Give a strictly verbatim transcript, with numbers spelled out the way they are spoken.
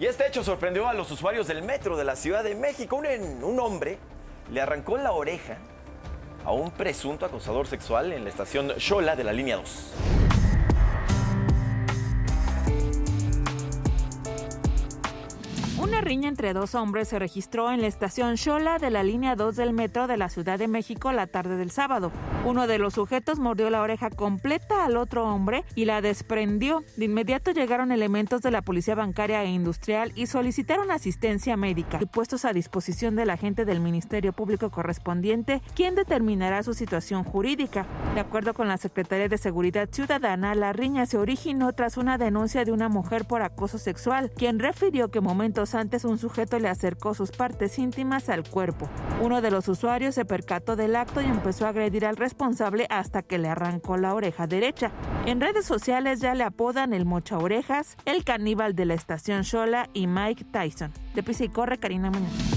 Y este hecho sorprendió a los usuarios del metro de la Ciudad de México. Un, un hombre le arrancó la oreja a un presunto acosador sexual en la estación Xola de la línea dos. Una riña entre dos hombres se registró en la estación Xola de la línea dos del metro de la Ciudad de México la tarde del sábado. Uno de los sujetos mordió la oreja completa al otro hombre y la desprendió. De inmediato llegaron elementos de la Policía Bancaria e Industrial y solicitaron asistencia médica, y puestos a disposición del agente del Ministerio Público correspondiente, quien determinará su situación jurídica. De acuerdo con la Secretaría de Seguridad Ciudadana, la riña se originó tras una denuncia de una mujer por acoso sexual, quien refirió que momentos antes un sujeto le acercó sus partes íntimas al cuerpo. Uno de los usuarios se percató del acto y empezó a agredir al responsable hasta que le arrancó la oreja derecha. En redes sociales ya le apodan el mocha orejas, el caníbal de la estación Xola y Mike Tyson. De Prisa y Corre, Karina Muñoz.